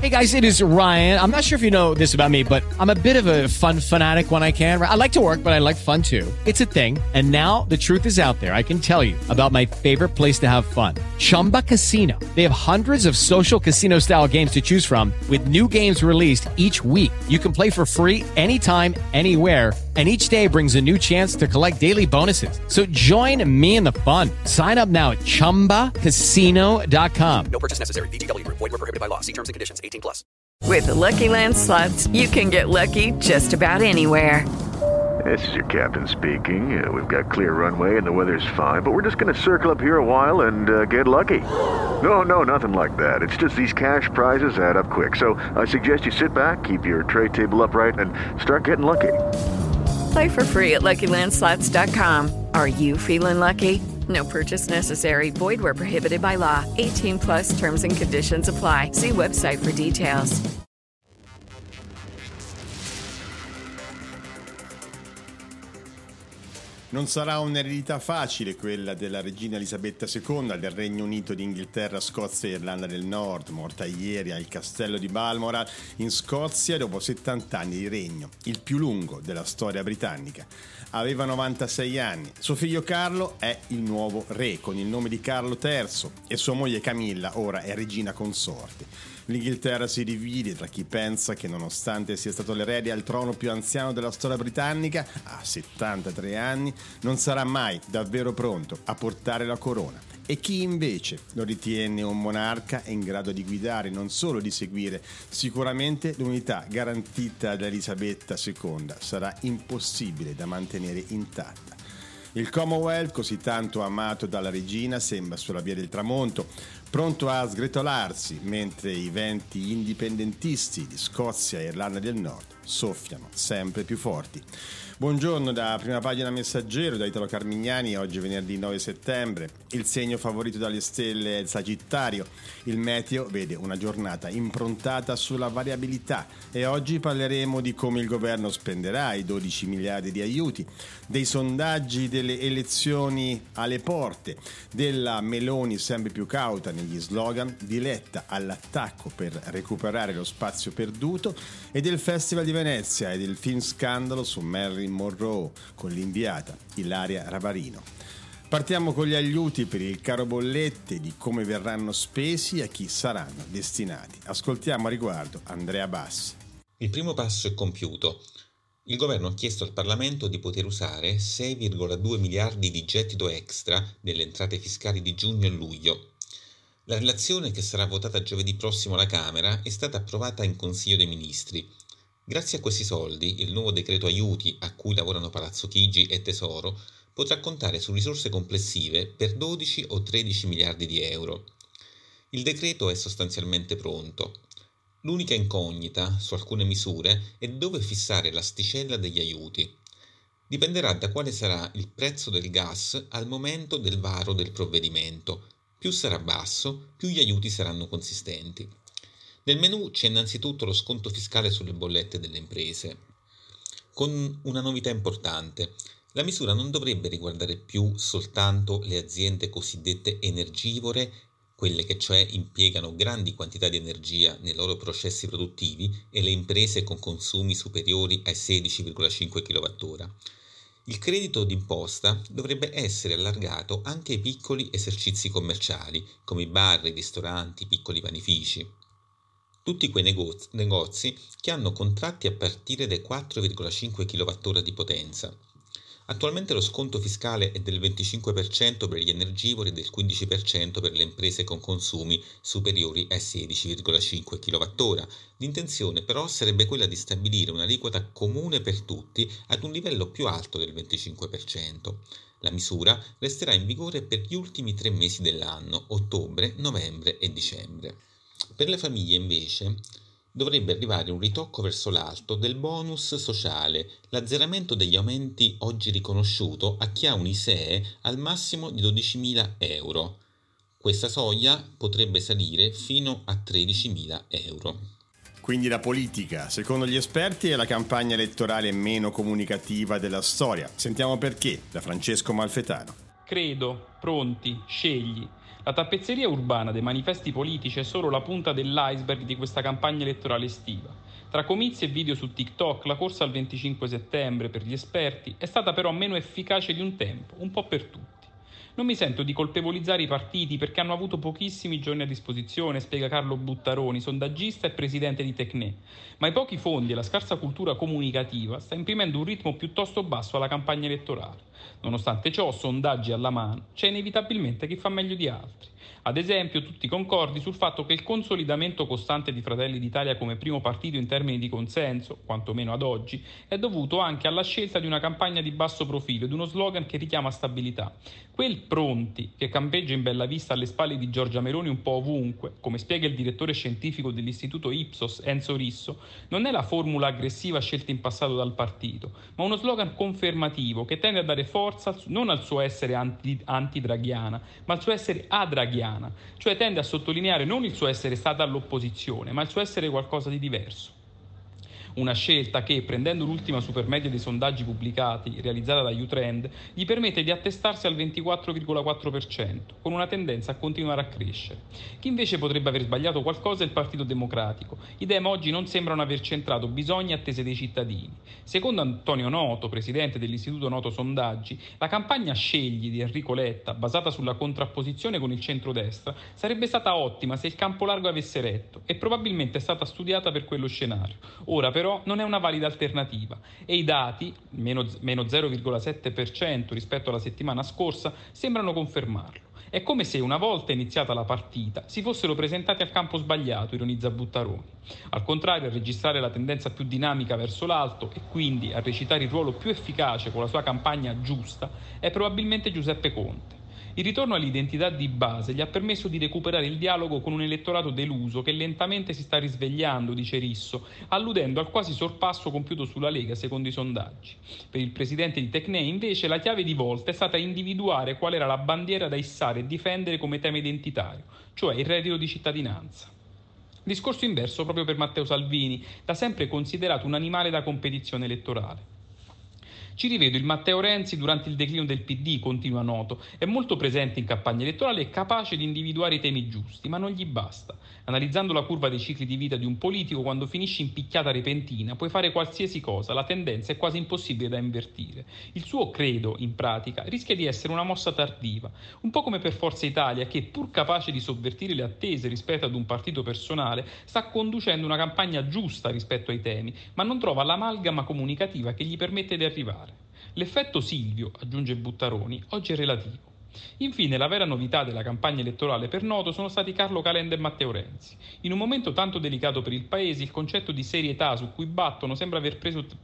Hey guys, it is Ryan. I'm not sure if you know this about me, but I'm a bit of a fun fanatic when I can. I like to work, but I like fun too. It's a thing. And now the truth is out there. I can tell you about my favorite place to have fun. Chumba Casino. They have hundreds of social casino style games to choose from with new games released each week. You can play for free anytime, anywhere. And each day brings a new chance to collect daily bonuses. So join me in the fun. Sign up now at ChumbaCasino.com. No purchase necessary. VGW Group. Void where prohibited by law. See terms and conditions. 18+. With the Lucky Land Slots, you can get lucky just about anywhere. This is your captain speaking. We've got clear runway and the weather's fine, but we're just going to circle up here a while and get lucky. No, nothing like that. It's just these cash prizes add up quick. So I suggest you sit back, keep your tray table upright, and start getting lucky. Play for free at LuckyLandSlots.com. Are you feeling lucky? No purchase necessary. Void where prohibited by law. 18+ terms and conditions apply. See website for details. Non sarà un'eredità facile quella della regina Elisabetta II del Regno Unito d'Inghilterra, Scozia e Irlanda del Nord, morta ieri al castello di Balmoral in Scozia dopo 70 anni di regno, il più lungo della storia britannica. Aveva 96 anni. Suo figlio Carlo è il nuovo re con il nome di Carlo III e sua moglie Camilla ora è regina consorte. L'Inghilterra si divide tra chi pensa che nonostante sia stato l'erede al trono più anziano della storia britannica, a 73 anni, non sarà mai davvero pronto a portare la corona, e chi invece lo ritiene un monarca in grado di guidare, non solo di seguire. Sicuramente l'unità garantita da Elisabetta II sarà impossibile da mantenere intatta. Il Commonwealth, così tanto amato dalla regina, sembra sulla via del tramonto, pronto a sgretolarsi, mentre i venti indipendentisti di Scozia e Irlanda del Nord soffiano sempre più forti. Buongiorno da Prima Pagina Messaggero, da Italo Carmignani. Oggi venerdì 9 settembre. Il segno favorito dalle stelle è il Sagittario. Il meteo vede una giornata improntata sulla variabilità e oggi parleremo di come il governo spenderà i 12 miliardi di aiuti, dei sondaggi delle elezioni alle porte, della Meloni sempre più cauta negli slogan, di Letta all'attacco per recuperare lo spazio perduto e del Festival di Venezia e del film scandalo su Marilyn Monroe con l'inviata Ilaria Ravarino. Partiamo con gli aiuti per il caro bollette, di come verranno spesi e a chi saranno destinati. Ascoltiamo a riguardo Andrea Bassi. Il primo passo è compiuto. Il governo ha chiesto al Parlamento di poter usare 6,2 miliardi di gettito extra delle entrate fiscali di giugno e luglio. La relazione, che sarà votata giovedì prossimo alla Camera, è stata approvata in Consiglio dei Ministri. Grazie a questi soldi, il nuovo decreto aiuti, a cui lavorano Palazzo Chigi e Tesoro, potrà contare su risorse complessive per 12 o 13 miliardi di euro. Il decreto è sostanzialmente pronto. L'unica incognita su alcune misure è dove fissare l'asticella degli aiuti. Dipenderà da quale sarà il prezzo del gas al momento del varo del provvedimento. Più sarà basso, più gli aiuti saranno consistenti. Nel menù c'è innanzitutto lo sconto fiscale sulle bollette delle imprese, con una novità importante. La misura non dovrebbe riguardare più soltanto le aziende cosiddette energivore, quelle che cioè impiegano grandi quantità di energia nei loro processi produttivi, e le imprese con consumi superiori ai 16,5 kWh. Il credito d'imposta dovrebbe essere allargato anche ai piccoli esercizi commerciali, come i bar, i ristoranti, i piccoli panifici. Tutti quei negozi che hanno contratti a partire dai 4,5 kWh di potenza. Attualmente lo sconto fiscale è del 25% per gli energivori e del 15% per le imprese con consumi superiori ai 16,5 kWh. L'intenzione però sarebbe quella di stabilire un'aliquota comune per tutti ad un livello più alto del 25%. La misura resterà in vigore per gli ultimi 3 mesi dell'anno, ottobre, novembre e dicembre. Per le famiglie invece dovrebbe arrivare un ritocco verso l'alto del bonus sociale, l'azzeramento degli aumenti oggi riconosciuto a chi ha un ISEE al massimo di 12.000 euro. Questa soglia potrebbe salire fino a 13.000 euro. Quindi la politica, secondo gli esperti, è la campagna elettorale meno comunicativa della storia. Sentiamo perché da Francesco Malfetano. Credo, pronti, scegli. La tappezzeria urbana dei manifesti politici è solo la punta dell'iceberg di questa campagna elettorale estiva. Tra comizi e video su TikTok, la corsa al 25 settembre, per gli esperti, è stata però meno efficace di un tempo, un po' per tutti. Non mi sento di colpevolizzare i partiti perché hanno avuto pochissimi giorni a disposizione, spiega Carlo Buttaroni, sondaggista e presidente di Tecné, ma i pochi fondi e la scarsa cultura comunicativa sta imprimendo un ritmo piuttosto basso alla campagna elettorale. Nonostante ciò, sondaggi alla mano, c'è inevitabilmente chi fa meglio di altri. Ad esempio, tutti concordi sul fatto che il consolidamento costante di Fratelli d'Italia come primo partito in termini di consenso, quantomeno ad oggi, è dovuto anche alla scelta di una campagna di basso profilo e di uno slogan che richiama stabilità. Quel pronti, che campeggia in bella vista alle spalle di Giorgia Meloni un po' ovunque, come spiega il direttore scientifico dell'istituto Ipsos, Enzo Risso, non è la formula aggressiva scelta in passato dal partito, ma uno slogan confermativo che tende a dare forza non al suo essere anti-draghiana, ma al suo essere adraghiana, cioè tende a sottolineare non il suo essere stata all'opposizione, ma il suo essere qualcosa di diverso. Una scelta che, prendendo l'ultima supermedia dei sondaggi pubblicati, realizzata da Utrend, gli permette di attestarsi al 24,4%, con una tendenza a continuare a crescere. Chi invece potrebbe aver sbagliato qualcosa è il Partito Democratico. I Dem oggi non sembrano aver centrato bisogni e attese dei cittadini. Secondo Antonio Noto, presidente dell'Istituto Noto Sondaggi, la campagna Scegli di Enrico Letta, basata sulla contrapposizione con il centrodestra, sarebbe stata ottima se il campo largo avesse retto e probabilmente è stata studiata per quello scenario. Ora però non è una valida alternativa e i dati, meno 0,7% rispetto alla settimana scorsa, sembrano confermarlo. È come se una volta iniziata la partita si fossero presentati al campo sbagliato, ironizza Buttaroni. Al contrario, a registrare la tendenza più dinamica verso l'alto e quindi a recitare il ruolo più efficace con la sua campagna giusta è probabilmente Giuseppe Conte. Il ritorno all'identità di base gli ha permesso di recuperare il dialogo con un elettorato deluso che lentamente si sta risvegliando, dice Risso, alludendo al quasi sorpasso compiuto sulla Lega secondo i sondaggi. Per il presidente di Tecné, invece, la chiave di volta è stata individuare qual era la bandiera da issare e difendere come tema identitario, cioè il reddito di cittadinanza. Discorso inverso proprio per Matteo Salvini, da sempre considerato un animale da competizione elettorale. Ci rivedo il Matteo Renzi durante il declino del PD, continua Noto, è molto presente in campagna elettorale e capace di individuare i temi giusti, ma non gli basta. Analizzando la curva dei cicli di vita di un politico, quando finisce in picchiata repentina, puoi fare qualsiasi cosa, la tendenza è quasi impossibile da invertire. Il suo credo, in pratica, rischia di essere una mossa tardiva, un po' come per Forza Italia che, pur capace di sovvertire le attese rispetto ad un partito personale, sta conducendo una campagna giusta rispetto ai temi, ma non trova l'amalgama comunicativa che gli permette di arrivare. L'effetto Silvio, aggiunge Buttaroni, oggi è relativo. Infine, la vera novità della campagna elettorale per Noto sono stati Carlo Calenda e Matteo Renzi. In un momento tanto delicato per il Paese, il concetto di serietà su cui battono sembra aver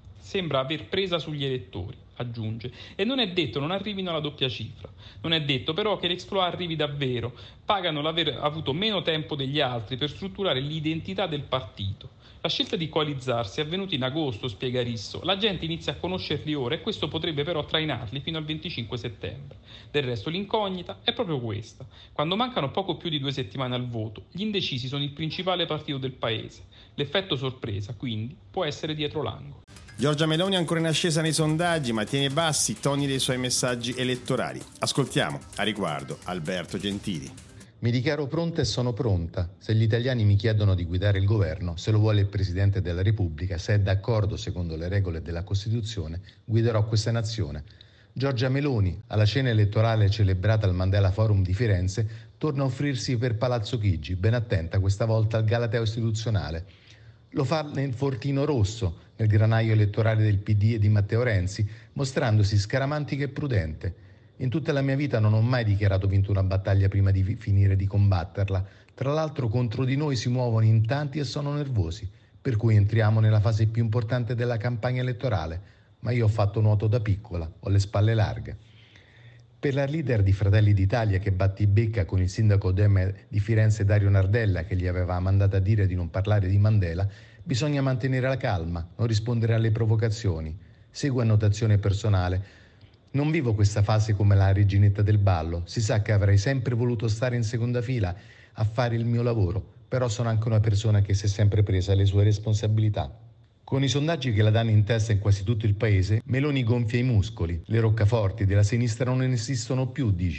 presa sugli elettori, aggiunge, e non è detto non arrivino alla doppia cifra. Non è detto però che l'exploit arrivi davvero, pagano l'aver avuto meno tempo degli altri per strutturare l'identità del partito. La scelta di coalizzarsi è avvenuta in agosto, spiega Risso. La gente inizia a conoscerli ora e questo potrebbe però trainarli fino al 25 settembre. Del resto l'incognita è proprio questa. Quando mancano poco più di 2 settimane al voto, gli indecisi sono il principale partito del paese. L'effetto sorpresa, quindi, può essere dietro l'angolo. Giorgia Meloni è ancora in ascesa nei sondaggi, ma tiene bassi i toni dei suoi messaggi elettorali. Ascoltiamo, a riguardo, Alberto Gentili. Mi dichiaro pronta e sono pronta. Se gli italiani mi chiedono di guidare il governo, se lo vuole il Presidente della Repubblica, se è d'accordo secondo le regole della Costituzione, guiderò questa nazione. Giorgia Meloni, alla cena elettorale celebrata al Mandela Forum di Firenze, torna a offrirsi per Palazzo Chigi, ben attenta questa volta al galateo istituzionale. Lo fa nel fortino rosso, nel granaio elettorale del PD e di Matteo Renzi, mostrandosi scaramantica e prudente. In tutta la mia vita non ho mai dichiarato vinto una battaglia prima di finire di combatterla. Tra l'altro contro di noi si muovono in tanti e sono nervosi, per cui entriamo nella fase più importante della campagna elettorale. Ma io ho fatto nuoto da piccola, ho le spalle larghe. Per la leader di Fratelli d'Italia che battibecca con il sindaco Dem di Firenze Dario Nardella, che gli aveva mandato a dire di non parlare di Mandela, bisogna mantenere la calma, non rispondere alle provocazioni. Segue annotazione personale. Non vivo questa fase come la reginetta del ballo, si sa che avrei sempre voluto stare in seconda fila a fare il mio lavoro, però sono anche una persona che si è sempre presa le sue responsabilità. Con i sondaggi che la danno in testa in quasi tutto il paese, Meloni gonfia i muscoli, le roccaforti della sinistra non esistono più, dice.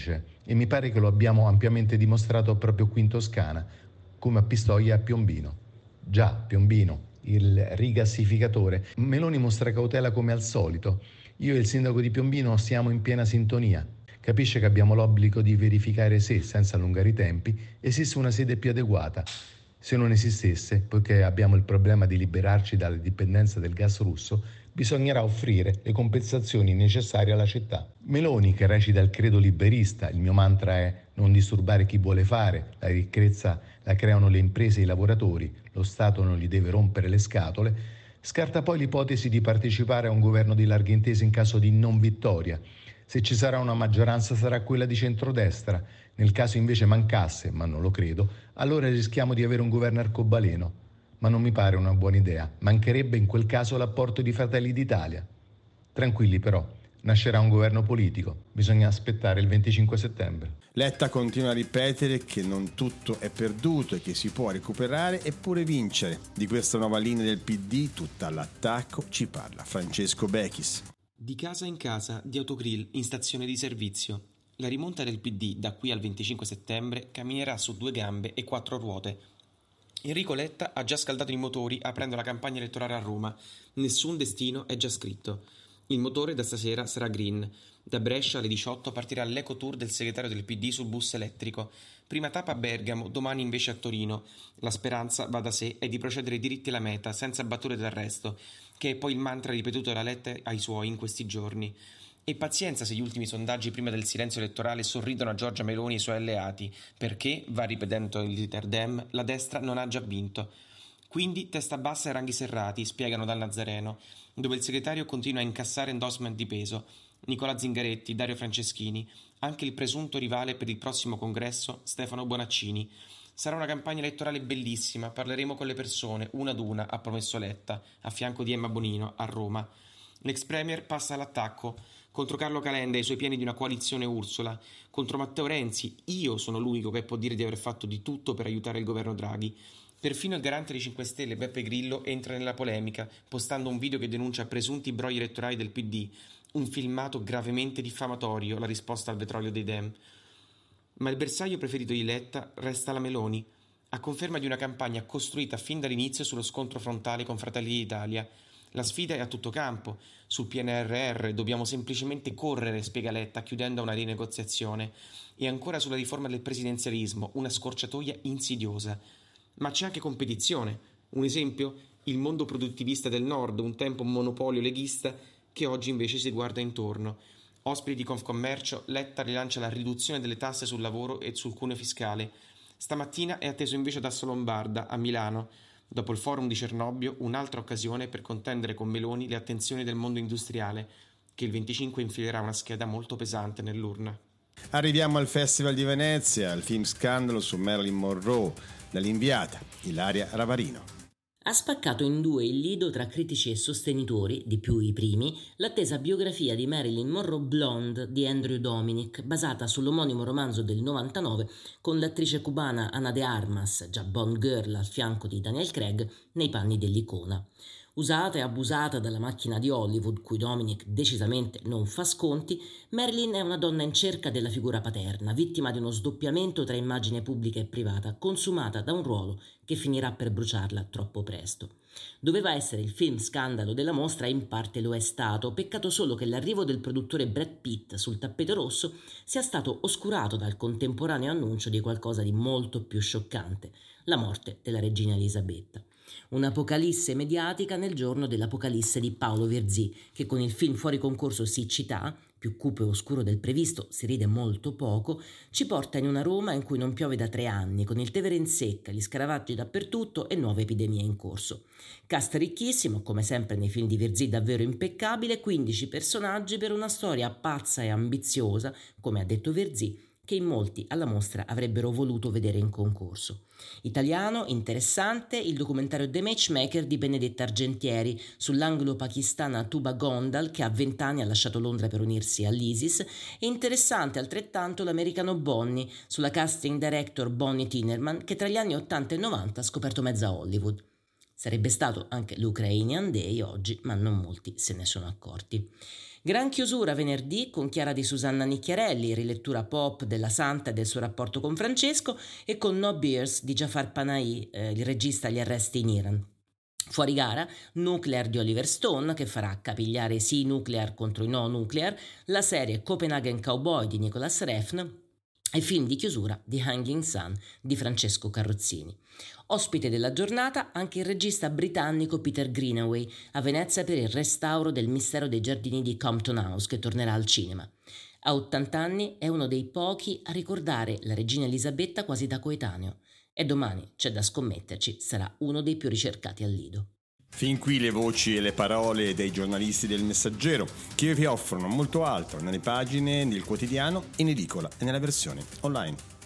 e mi pare che lo abbiamo ampiamente dimostrato proprio qui in Toscana, come a Pistoia e a Piombino. Già, Piombino, il rigassificatore. Meloni mostra cautela come al solito. Io e il sindaco di Piombino siamo in piena sintonia. Capisce che abbiamo l'obbligo di verificare se, senza allungare i tempi, esiste una sede più adeguata. Se non esistesse, poiché abbiamo il problema di liberarci dalla dipendenza del gas russo, bisognerà offrire le compensazioni necessarie alla città. Meloni, che recita il credo liberista, il mio mantra è non disturbare chi vuole fare, la ricchezza la creano le imprese e i lavoratori, lo Stato non gli deve rompere le scatole, scarta poi l'ipotesi di partecipare a un governo di larghe intese in caso di non vittoria. Se ci sarà una maggioranza sarà quella di centrodestra, nel caso invece mancasse, ma non lo credo, allora rischiamo di avere un governo arcobaleno. Ma non mi pare una buona idea, mancherebbe in quel caso l'apporto di Fratelli d'Italia. Tranquilli però, nascerà un governo politico, bisogna aspettare il 25 settembre. Letta continua a ripetere che non tutto è perduto e che si può recuperare e pure vincere. Di questa nuova linea del PD, tutta all'attacco, ci parla Francesco Bechis. Di casa in casa, di autogrill in stazione di servizio. La rimonta del PD da qui al 25 settembre camminerà su 2 gambe e 4 ruote. Enrico Letta ha già scaldato i motori aprendo la campagna elettorale a Roma. Nessun destino è già scritto. Il motore da stasera sarà green. Da Brescia alle 18 partirà l'eco-tour del segretario del PD sul bus elettrico. Prima tappa a Bergamo, domani invece a Torino. La speranza, va da sé, è di procedere diritti alla meta, senza battute d'arresto, che è poi il mantra ripetuto da Letta ai suoi in questi giorni. E pazienza se gli ultimi sondaggi prima del silenzio elettorale sorridono a Giorgia Meloni e i suoi alleati, perché, va ripetendo il leader Dem, la destra non ha già vinto. Quindi testa bassa e ranghi serrati, spiegano dal Nazareno, dove il segretario continua a incassare endorsement di peso. Nicola Zingaretti, Dario Franceschini, anche il presunto rivale per il prossimo congresso, Stefano Bonaccini. Sarà una campagna elettorale bellissima, parleremo con le persone, una ad una, ha promesso Letta, a fianco di Emma Bonino, a Roma. L'ex premier passa all'attacco contro Carlo Calenda e i suoi piani di una coalizione Ursula, contro Matteo Renzi. Io sono l'unico che può dire di aver fatto di tutto per aiutare il governo Draghi. Perfino il garante dei 5 Stelle Beppe Grillo entra nella polemica, postando un video che denuncia presunti brogli elettorali del PD, un filmato gravemente diffamatorio, la risposta al vetrolio dei Dem. Ma il bersaglio preferito di Letta resta la Meloni, a conferma di una campagna costruita fin dall'inizio sullo scontro frontale con Fratelli d'Italia. La sfida è a tutto campo. Sul PNRR dobbiamo semplicemente correre, spiega Letta, chiudendo una rinegoziazione. E ancora sulla riforma del presidenzialismo, una scorciatoia insidiosa. Ma c'è anche competizione. Un esempio? Il mondo produttivista del Nord, un tempo monopolio leghista, che oggi invece si guarda intorno. Ospiti di Confcommercio, Letta rilancia la riduzione delle tasse sul lavoro e sul cuneo fiscale. Stamattina è atteso invece ad Assolombarda, a Milano. Dopo il forum di Cernobbio, un'altra occasione per contendere con Meloni le attenzioni del mondo industriale, che il 25 infilerà una scheda molto pesante nell'urna. Arriviamo al Festival di Venezia, al film scandalo su Marilyn Monroe, dall'inviata Ilaria Ravarino. Ha spaccato in 2 il lido tra critici e sostenitori, di più i primi, l'attesa biografia di Marilyn Monroe Blonde di Andrew Dominic, basata sull'omonimo romanzo del 99 con l'attrice cubana Ana de Armas, già Bond Girl al fianco di Daniel Craig, nei panni dell'icona. Usata e abusata dalla macchina di Hollywood, cui Dominic decisamente non fa sconti, Marilyn è una donna in cerca della figura paterna, vittima di uno sdoppiamento tra immagine pubblica e privata, consumata da un ruolo che finirà per bruciarla troppo presto. Doveva essere il film scandalo della mostra e in parte lo è stato, peccato solo che l'arrivo del produttore Brad Pitt sul tappeto rosso sia stato oscurato dal contemporaneo annuncio di qualcosa di molto più scioccante, la morte della regina Elisabetta. Un'apocalisse mediatica nel giorno dell'apocalisse di Paolo Virzì, che con il film fuori concorso Siccità, più cupo e oscuro del previsto, si ride molto poco, ci porta in una Roma in cui non piove da 3 anni, con il Tevere in secca, gli scaravaggi dappertutto e nuove epidemie in corso. Cast ricchissimo, come sempre nei film di Virzì davvero impeccabile, 15 personaggi per una storia pazza e ambiziosa, come ha detto Virzì, che in molti alla mostra avrebbero voluto vedere in concorso. Italiano, interessante, il documentario The Matchmaker di Benedetta Argentieri sull'anglo-pakistana Tuba Gondal, che a 20 anni ha lasciato Londra per unirsi all'ISIS, e interessante altrettanto l'americano Bonnie sulla casting director Bonnie Tinerman, che tra gli anni 80 e 90 ha scoperto mezza Hollywood. Sarebbe stato anche l'Ukrainian Day oggi, ma non molti se ne sono accorti. Gran chiusura venerdì con Chiara di Susanna Nicchiarelli, rilettura pop della Santa e del suo rapporto con Francesco, e con No Beers di Jafar Panahi, il regista agli arresti in Iran. Fuori gara, Nuclear di Oliver Stone, che farà capigliare i sì nuclear contro i no nuclear, la serie Copenhagen Cowboy di Nicholas Refn e film di chiusura The Hanging Sun di Francesco Carrozzini. Ospite della giornata anche il regista britannico Peter Greenaway a Venezia per il restauro del Mistero dei giardini di Compton House, che tornerà al cinema. A 80 anni è uno dei pochi a ricordare la regina Elisabetta quasi da coetaneo, e domani, c'è da scommetterci, sarà uno dei più ricercati al Lido. Fin qui le voci e le parole dei giornalisti del Messaggero, che vi offrono molto altro nelle pagine, nel quotidiano, in edicola e nella versione online.